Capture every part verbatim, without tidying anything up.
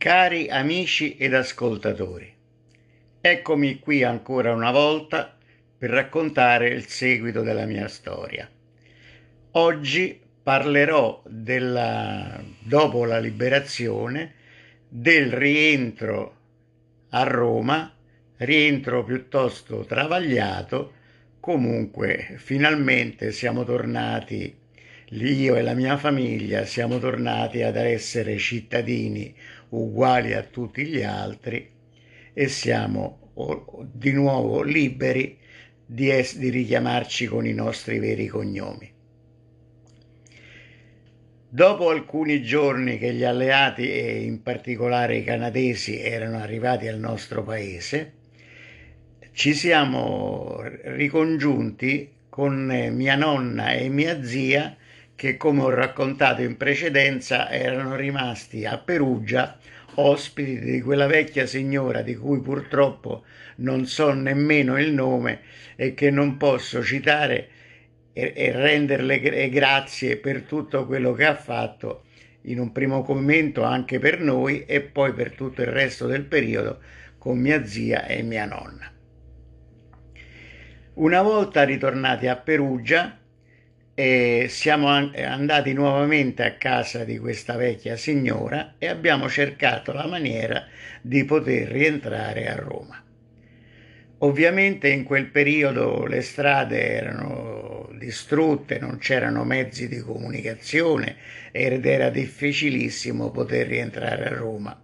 Cari amici ed ascoltatori, eccomi qui ancora una volta per raccontare il seguito della mia storia. Oggi parlerò della, dopo la liberazione, del rientro a Roma, rientro piuttosto travagliato. Comunque finalmente siamo tornati, io e la mia famiglia siamo tornati ad essere cittadini uguali a tutti gli altri e siamo di nuovo liberi di, es- di richiamarci con i nostri veri cognomi. Dopo alcuni giorni che gli alleati e in particolare i canadesi erano arrivati al nostro paese, ci siamo ricongiunti con mia nonna e mia zia che, come ho raccontato in precedenza, erano rimasti a Perugia ospiti di quella vecchia signora di cui purtroppo non so nemmeno il nome e che non posso citare e, e renderle grazie per tutto quello che ha fatto in un primo momento anche per noi e poi per tutto il resto del periodo con mia zia e mia nonna. Una volta ritornati a Perugia, e siamo andati nuovamente a casa di questa vecchia signora e abbiamo cercato la maniera di poter rientrare a Roma. Ovviamente in quel periodo le strade erano distrutte, non c'erano mezzi di comunicazione ed era difficilissimo poter rientrare a Roma.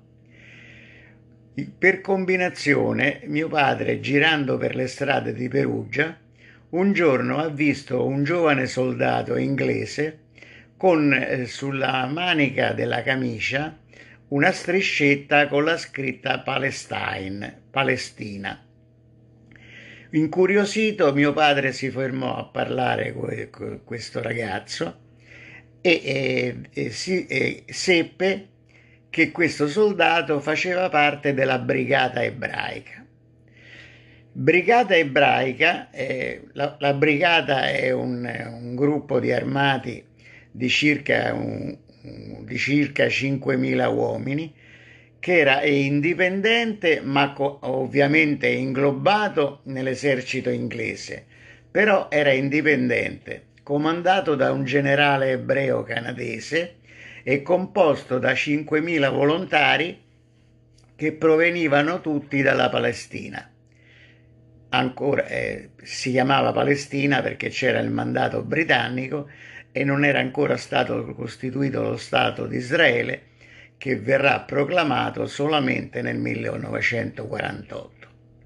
Per combinazione, mio padre, girando per le strade di Perugia, un giorno ha visto un giovane soldato inglese con eh, sulla manica della camicia una striscetta con la scritta Palestine, Palestina. Incuriosito, mio padre si fermò a parlare con questo ragazzo e, e, e, si, e seppe che questo soldato faceva parte della brigata ebraica. Brigata ebraica, eh, la, la brigata è un, un gruppo di armati di circa, un, di circa cinquemila uomini che era indipendente ma co- ovviamente inglobato nell'esercito inglese, però era indipendente, comandato da un generale ebreo canadese e composto da cinquemila volontari che provenivano tutti dalla Palestina. Ancora eh, si chiamava Palestina perché c'era il mandato britannico e non era ancora stato costituito lo Stato di Israele, che verrà proclamato solamente nel millenovecentoquarantotto.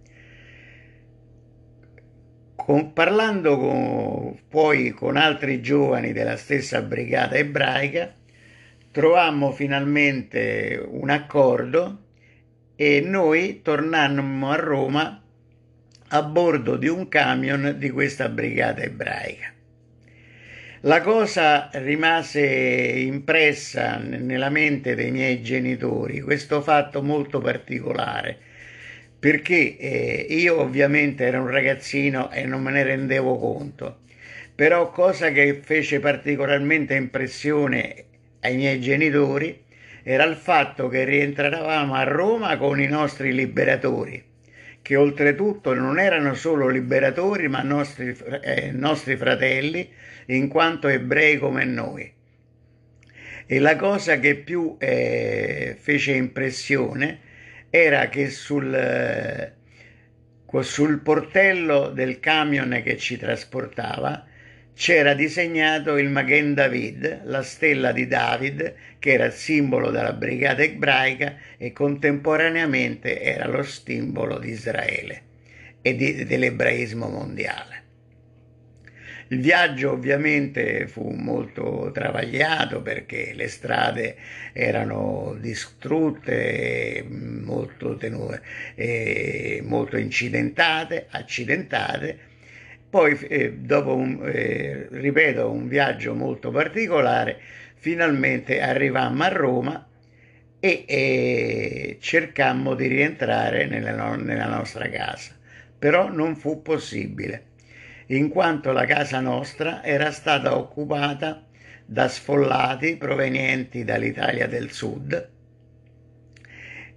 Con, parlando con, poi con altri giovani della stessa brigata ebraica, trovammo finalmente un accordo e noi tornammo a Roma a bordo di un camion di questa brigata ebraica. La cosa rimase impressa nella mente dei miei genitori, questo fatto molto particolare, perché eh, io ovviamente ero un ragazzino e non me ne rendevo conto, però cosa che fece particolarmente impressione ai miei genitori era il fatto che rientravamo a Roma con i nostri liberatori, che oltretutto non erano solo liberatori ma nostri, eh, nostri fratelli, in quanto ebrei come noi. E la cosa che più eh, fece impressione era che sul, eh, sul portello del camion che ci trasportava c'era disegnato il Magen David, la stella di David, che era il simbolo della brigata ebraica e contemporaneamente era lo simbolo di Israele e di, dell'ebraismo mondiale. Il viaggio ovviamente fu molto travagliato perché le strade erano distrutte, molto, tenue, eh, molto incidentate, accidentate. Poi, eh, dopo un, eh, ripeto, un viaggio molto particolare, finalmente arrivammo a Roma e, e cercammo di rientrare nella, nella nostra casa, però non fu possibile, in quanto la casa nostra era stata occupata da sfollati provenienti dall'Italia del Sud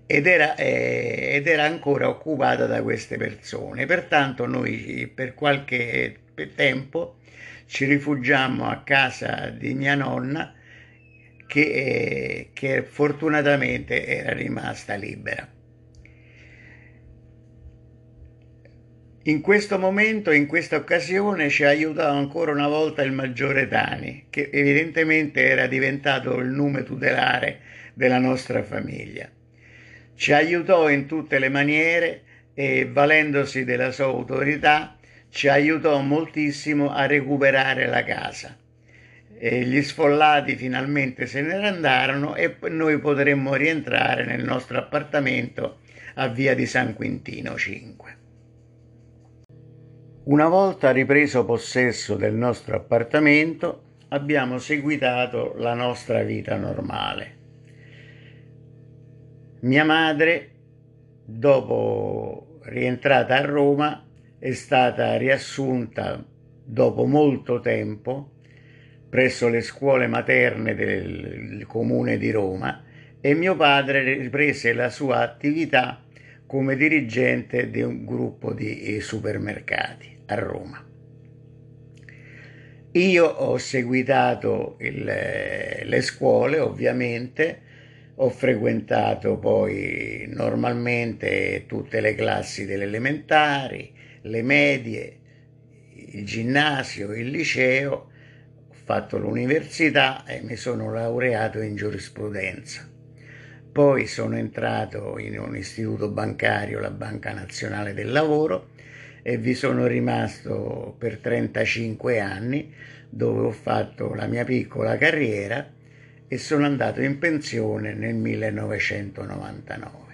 ed era, eh, ed era ancora occupata da queste persone. Pertanto noi per qualche tempo ci rifugiammo a casa di mia nonna che, eh, che fortunatamente era rimasta libera. In questo momento, in questa occasione, ci ha aiutato ancora una volta il maggiore Tani, che evidentemente era diventato il nume tutelare della nostra famiglia. Ci aiutò in tutte le maniere e, valendosi della sua autorità, ci aiutò moltissimo a recuperare la casa. E gli sfollati finalmente se ne andarono e noi potremmo rientrare nel nostro appartamento a via di San Quintino cinque. Una volta ripreso possesso del nostro appartamento, abbiamo seguitato la nostra vita normale. Mia madre, dopo rientrata a Roma, è stata riassunta dopo molto tempo presso le scuole materne del comune di Roma e mio padre riprese la sua attività come dirigente di un gruppo di supermercati a Roma. Io ho seguitato il, le scuole, ovviamente, ho frequentato poi normalmente tutte le classi delle elementari, le medie, il ginnasio, il liceo, ho fatto l'università e mi sono laureato in giurisprudenza. Poi sono entrato in un istituto bancario, la Banca Nazionale del Lavoro, e vi sono rimasto per trentacinque anni, dove ho fatto la mia piccola carriera e sono andato in pensione nel millenovecentonovantanove.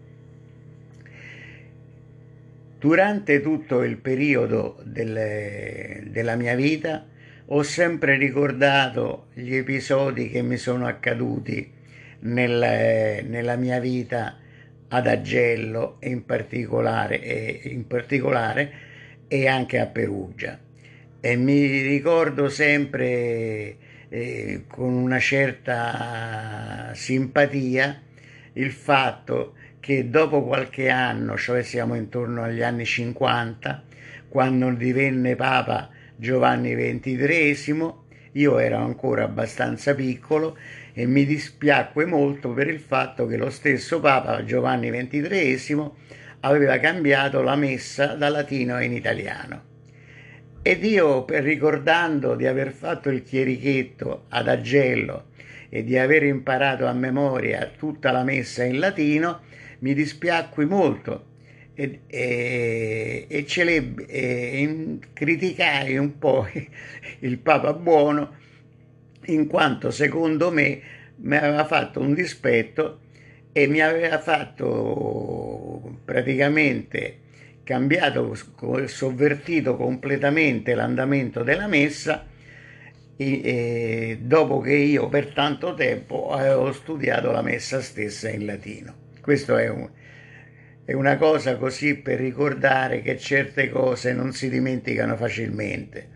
Durante tutto il periodo delle, della mia vita ho sempre ricordato gli episodi che mi sono accaduti nel, nella mia vita ad Agello e in particolare, e in particolare e anche a Perugia, e mi ricordo sempre eh, con una certa simpatia il fatto che dopo qualche anno, cioè siamo intorno agli anni cinquanta, quando divenne Papa Giovanni ventitreesimo, io ero ancora abbastanza piccolo e mi dispiacque molto per il fatto che lo stesso Papa Giovanni ventitreesimo aveva cambiato la messa da latino in italiano. Ed io, per ricordando di aver fatto il chierichetto ad Agello e di aver imparato a memoria tutta la messa in latino, mi dispiacqui molto e, e, e, celeb- e criticai un po' il Papa Buono, in quanto secondo me mi aveva fatto un dispetto e mi aveva fatto praticamente cambiato, sovvertito completamente l'andamento della messa, e, e dopo che io per tanto tempo avevo studiato la messa stessa in latino. Questo è, un, è una cosa così per ricordare che certe cose non si dimenticano facilmente.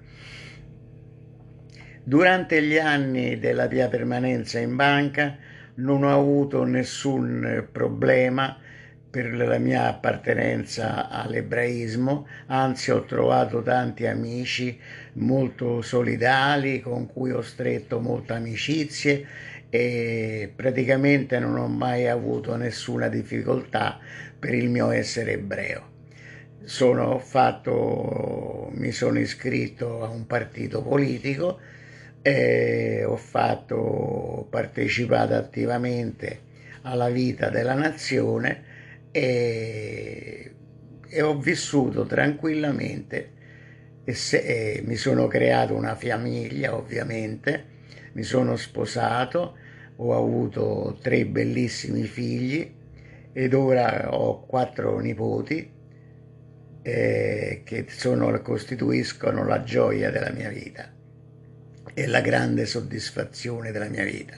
Durante gli anni della mia permanenza in banca non ho avuto nessun problema per la mia appartenenza all'ebraismo, anzi ho trovato tanti amici molto solidali con cui ho stretto molte amicizie e praticamente non ho mai avuto nessuna difficoltà per il mio essere ebreo. Sono fatto, mi sono iscritto a un partito politico, e ho fatto, partecipato attivamente alla vita della nazione e, e ho vissuto tranquillamente e, se, e mi sono creato una famiglia, ovviamente, mi sono sposato, ho avuto tre bellissimi figli ed ora ho quattro nipoti eh, che sono, costituiscono la gioia della mia vita e la grande soddisfazione della mia vita.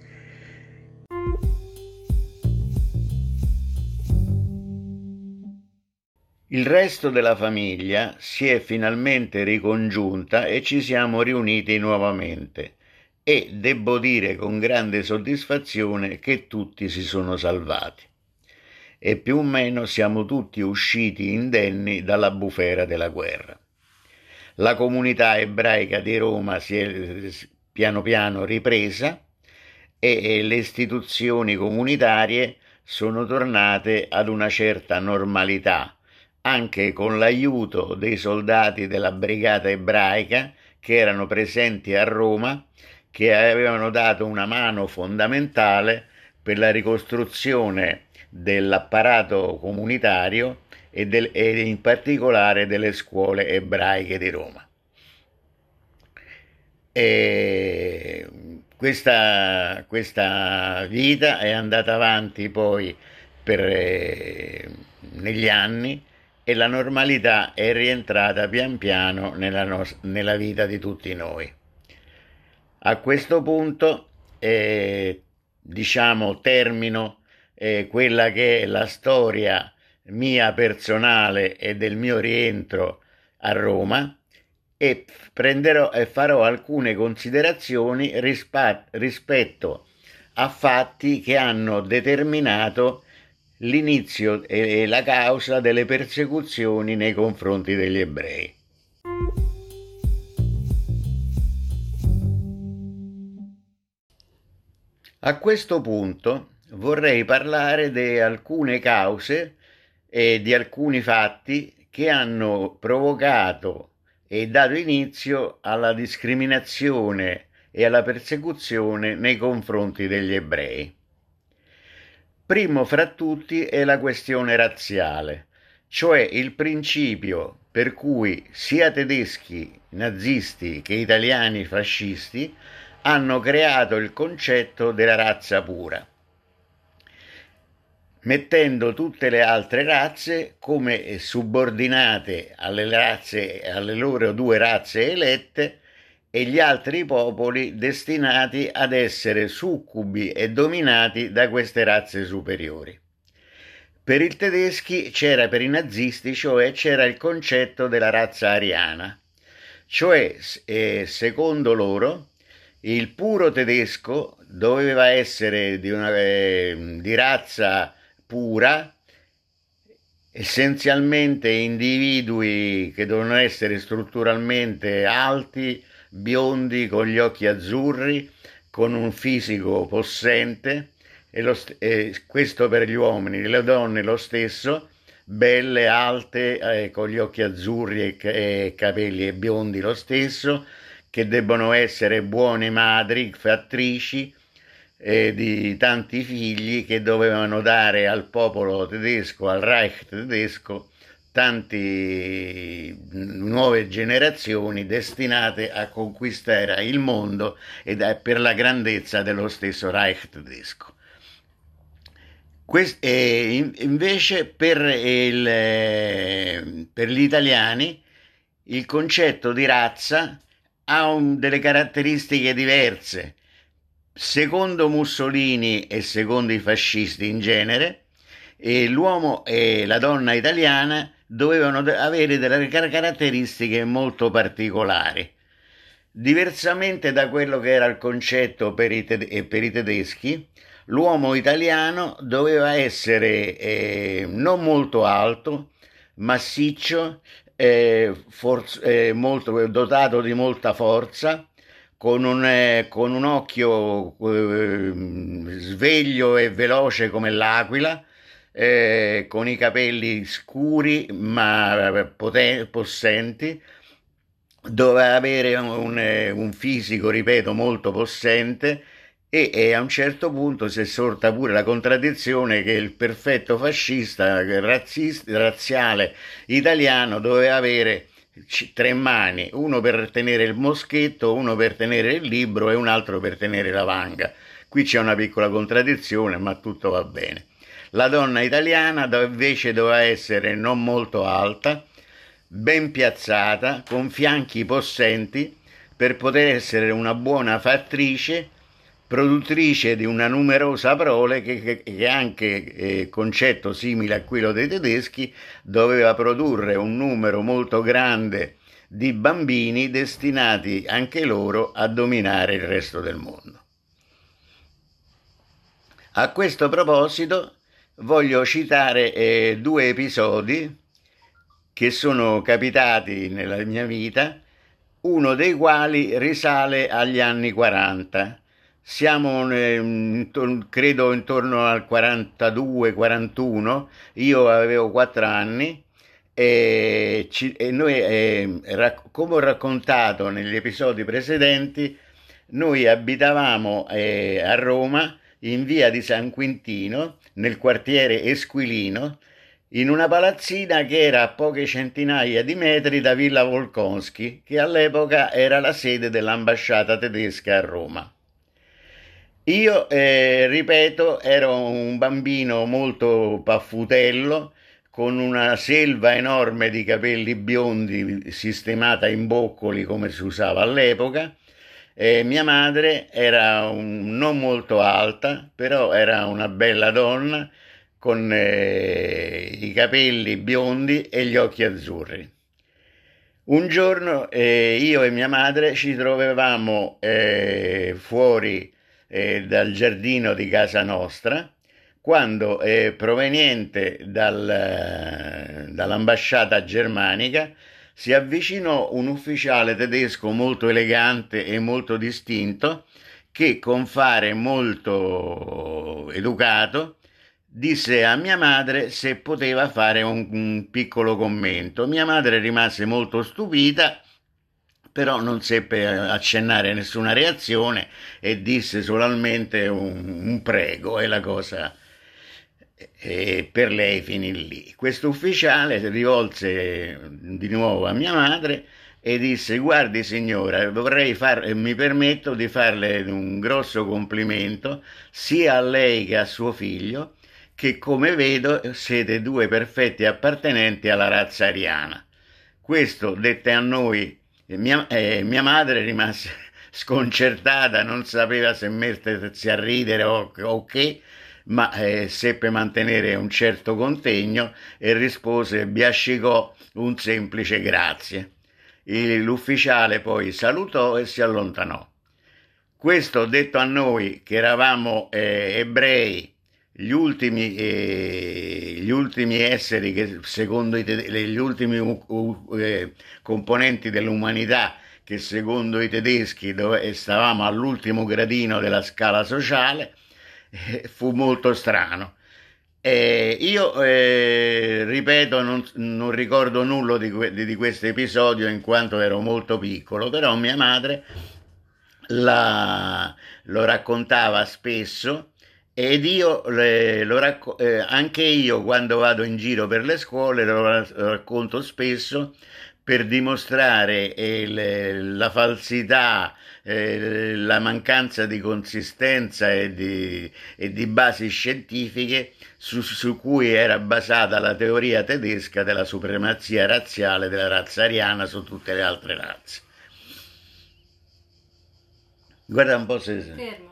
Il resto della famiglia si è finalmente ricongiunta e ci siamo riuniti nuovamente e devo dire con grande soddisfazione che tutti si sono salvati. e più o meno siamo tutti usciti indenni dalla bufera della guerra. La comunità ebraica di Roma si è piano piano ripresa e le istituzioni comunitarie sono tornate ad una certa normalità, anche con l'aiuto dei soldati della brigata ebraica che erano presenti a Roma, che avevano dato una mano fondamentale per la ricostruzione dell'apparato comunitario e, del, e in particolare delle scuole ebraiche di Roma. E questa, questa vita è andata avanti poi per, eh, negli anni, e la normalità è rientrata pian piano nella, nos- nella vita di tutti noi. A questo punto, eh, diciamo, termino eh, quella che è la storia mia personale e del mio rientro a Roma, e prenderò e farò alcune considerazioni rispa- rispetto a fatti che hanno determinato l'inizio e la causa delle persecuzioni nei confronti degli ebrei. A questo punto vorrei parlare di alcune cause e di alcuni fatti che hanno provocato e dato inizio alla discriminazione e alla persecuzione nei confronti degli ebrei. Primo fra tutti è la questione razziale, cioè il principio per cui sia tedeschi nazisti che italiani fascisti hanno creato il concetto della razza pura, mettendo tutte le altre razze come subordinate alle razze, alle loro due razze elette, e gli altri popoli destinati ad essere succubi e dominati da queste razze superiori. Per i tedeschi c'era, per i nazisti, cioè c'era il concetto della razza ariana, cioè eh, secondo loro il puro tedesco doveva essere di, una, eh, di razza pura, essenzialmente individui che dovevano essere strutturalmente alti, biondi, con gli occhi azzurri, con un fisico possente, e, lo, e questo per gli uomini, le donne lo stesso, belle, alte, eh, con gli occhi azzurri e, e capelli e biondi lo stesso, che debbono essere buone madri, fattrici eh, di tanti figli, che dovevano dare al popolo tedesco, al Reich tedesco, tante nuove generazioni destinate a conquistare il mondo e per la grandezza dello stesso Reich tedesco. Quest- eh, invece per, il, eh, per gli italiani il concetto di razza ha un, delle caratteristiche diverse. Secondo Mussolini e secondo i fascisti in genere, eh, l'uomo e la donna italiana dovevano avere delle caratteristiche molto particolari. Diversamente da quello che era il concetto per i, te- per i tedeschi, l'uomo italiano doveva essere eh, non molto alto, massiccio, eh, for- eh, molto, dotato di molta forza, con un, eh, con un occhio eh, sveglio e veloce come l'aquila, eh, con i capelli scuri ma poten- possenti, doveva avere un, un fisico, ripeto, molto possente, e, e a un certo punto si è sorta pure la contraddizione che il perfetto fascista razzista, razziale italiano doveva avere tre mani, uno per tenere il moschetto, uno per tenere il libro e un altro per tenere la vanga. Qui c'è una piccola contraddizione, ma tutto va bene. La donna italiana invece doveva essere non molto alta, ben piazzata, con fianchi possenti, per poter essere una buona fattrice, produttrice di una numerosa prole, che, che, che anche eh, concetto simile a quello dei tedeschi, doveva produrre un numero molto grande di bambini destinati anche loro a dominare il resto del mondo. A questo proposito voglio citare eh, due episodi che sono capitati nella mia vita, uno dei quali risale agli anni quaranta. Siamo, eh, credo, intorno al quarantadue quarantuno, io avevo quattro anni e, ci, e noi, eh, rac- come ho raccontato negli episodi precedenti, noi abitavamo eh, a Roma in via di San Quintino, nel quartiere Esquilino, in una palazzina che era a poche centinaia di metri da Villa Volkonsky, che all'epoca era la sede dell'ambasciata tedesca a Roma. Io, eh, ripeto, ero un bambino molto paffutello, con una selva enorme di capelli biondi sistemata in boccoli come si usava all'epoca. E mia madre era un- non molto alta, però era una bella donna con eh, i capelli biondi e gli occhi azzurri. Un giorno eh, io e mia madre ci trovavamo eh, fuori eh, dal giardino di casa nostra quando, eh, proveniente dal, dall'ambasciata germanica, si avvicinò un ufficiale tedesco molto elegante e molto distinto che, con fare molto educato, disse a mia madre se poteva fare un, un piccolo commento. Mia madre rimase molto stupita, però non seppe accennare nessuna reazione e disse solamente un, un prego, e la cosa e per lei finì lì. Questo ufficiale si rivolse di nuovo a mia madre e disse: guardi signora, vorrei far, mi permetto di farle un grosso complimento sia a lei che a suo figlio, che come vedo siete due perfetti appartenenti alla razza ariana. Questo dette a noi, mia, eh, mia madre rimase sconcertata, non sapeva se mettersi a ridere o, o che, ma eh, seppe mantenere un certo contegno e rispose, biascicò un semplice grazie. L'ufficiale poi salutò e si allontanò. Questo detto a noi che eravamo eh, ebrei, gli ultimi, eh, gli ultimi esseri che secondo i gli ultimi uh, eh, componenti dell'umanità che secondo i tedeschi dove stavamo all'ultimo gradino della scala sociale, eh, fu molto strano. Eh, io eh, ripeto, non, non ricordo nulla di, que- di questo episodio in quanto ero molto piccolo, però mia madre la, lo raccontava spesso ed io le, lo racco- eh, anche io quando vado in giro per le scuole lo, lo racconto spesso per dimostrare eh, le, la falsità, eh, la mancanza di consistenza e di, e di basi scientifiche su, su cui era basata la teoria tedesca della supremazia razziale della razza ariana su tutte le altre razze. Guarda un po' se... Fermo.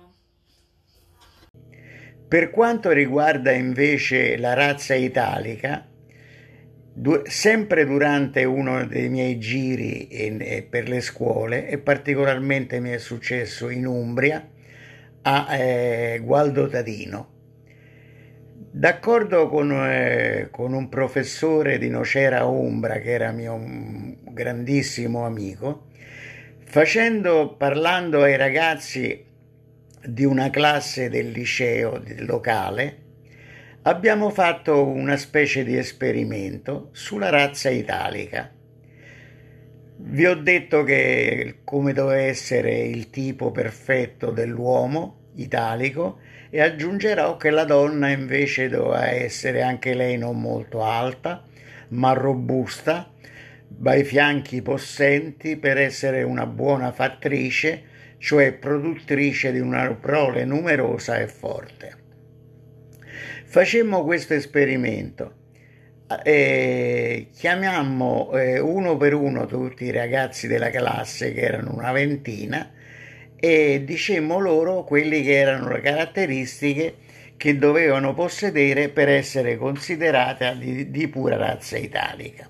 Per quanto riguarda invece la razza italica, du- sempre durante uno dei miei giri in- eh, per le scuole, e particolarmente mi è successo in Umbria, a eh, Gualdo Tadino, d'accordo con, eh, con un professore di Nocera Umbra, che era mio un grandissimo amico, facendo, parlando ai ragazzi di una classe del liceo locale, abbiamo fatto una specie di esperimento sulla razza italica. Vi ho detto che come doveva essere il tipo perfetto dell'uomo italico, e aggiungerò che la donna invece doveva essere anche lei non molto alta, ma robusta, dai fianchi possenti per essere una buona fattrice, cioè produttrice di una prole numerosa e forte. Facemmo questo esperimento e chiamammo eh, uno per uno tutti i ragazzi della classe, che erano una ventina, e dicemmo loro quelli che erano le caratteristiche che dovevano possedere per essere considerate di, di pura razza italica.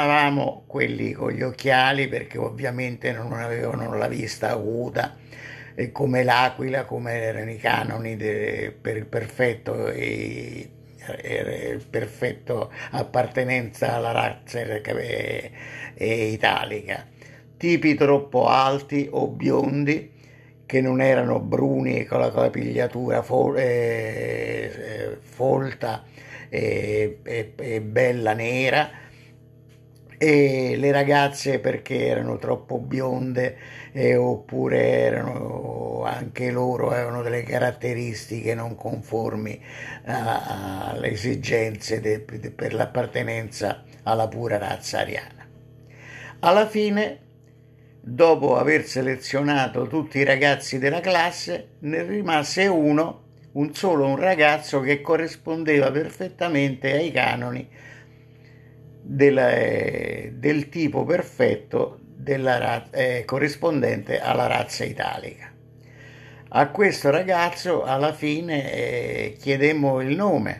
Scartavamo quelli con gli occhiali perché ovviamente non avevano la vista acuta, e come l'Aquila, come erano i canoni de, per il perfetto e, e perfetto appartenenza alla razza e, e italica. Tipi troppo alti o biondi che non erano bruni con la capigliatura fol- eh, eh, folta e, e, e bella nera, e le ragazze perché erano troppo bionde eh, oppure erano anche loro avevano delle caratteristiche non conformi a- alle esigenze de- de- per l'appartenenza alla pura razza ariana. Alla fine, dopo aver selezionato tutti i ragazzi della classe, ne rimase uno, un solo un ragazzo che corrispondeva perfettamente ai canoni del, eh, del tipo perfetto della, eh, corrispondente alla razza italica. A questo ragazzo alla fine eh, chiedemmo il nome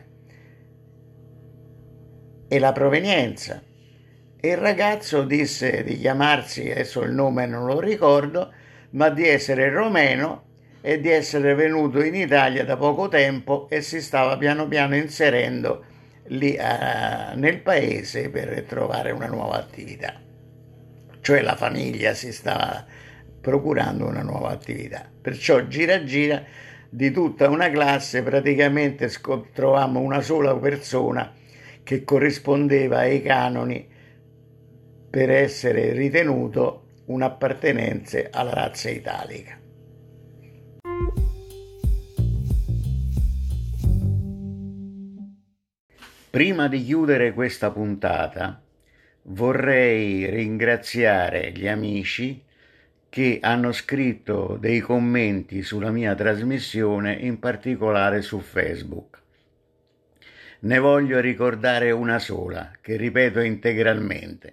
e la provenienza. E il ragazzo disse di chiamarsi, adesso il nome non lo ricordo, ma di essere romeno e di essere venuto in Italia da poco tempo e si stava piano piano inserendo lì eh, nel paese per trovare una nuova attività. Cioè la famiglia si stava procurando una nuova attività. Perciò gira gira di tutta una classe praticamente trovammo una sola persona che corrispondeva ai canoni per essere ritenuto un'appartenenza alla razza italica. Prima di chiudere questa puntata vorrei ringraziare gli amici che hanno scritto dei commenti sulla mia trasmissione, in particolare su Facebook. Ne voglio ricordare una sola, che ripeto integralmente.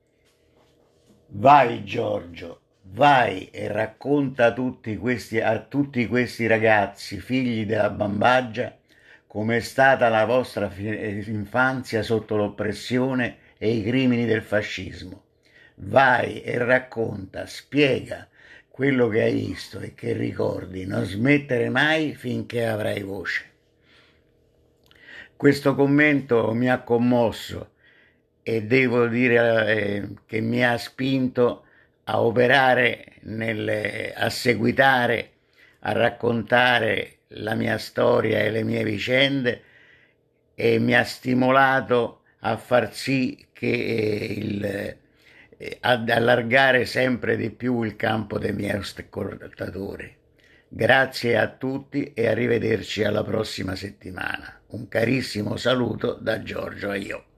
Vai Giorgio, vai e racconta tutti questi, a tutti questi ragazzi, figli della bambagia, com'è stata la vostra infanzia sotto l'oppressione e i crimini del fascismo. Vai e racconta, spiega quello che hai visto e che ricordi, non smettere mai finché avrai voce. Questo commento mi ha commosso e devo dire eh, che mi ha spinto a operare, nel, a seguitare, a raccontare la mia storia e le mie vicende, e mi ha stimolato a far sì che il, eh, ad allargare sempre di più il campo dei miei ascoltatori. Grazie a tutti e arrivederci alla prossima settimana. Un carissimo saluto da Giorgio Aio.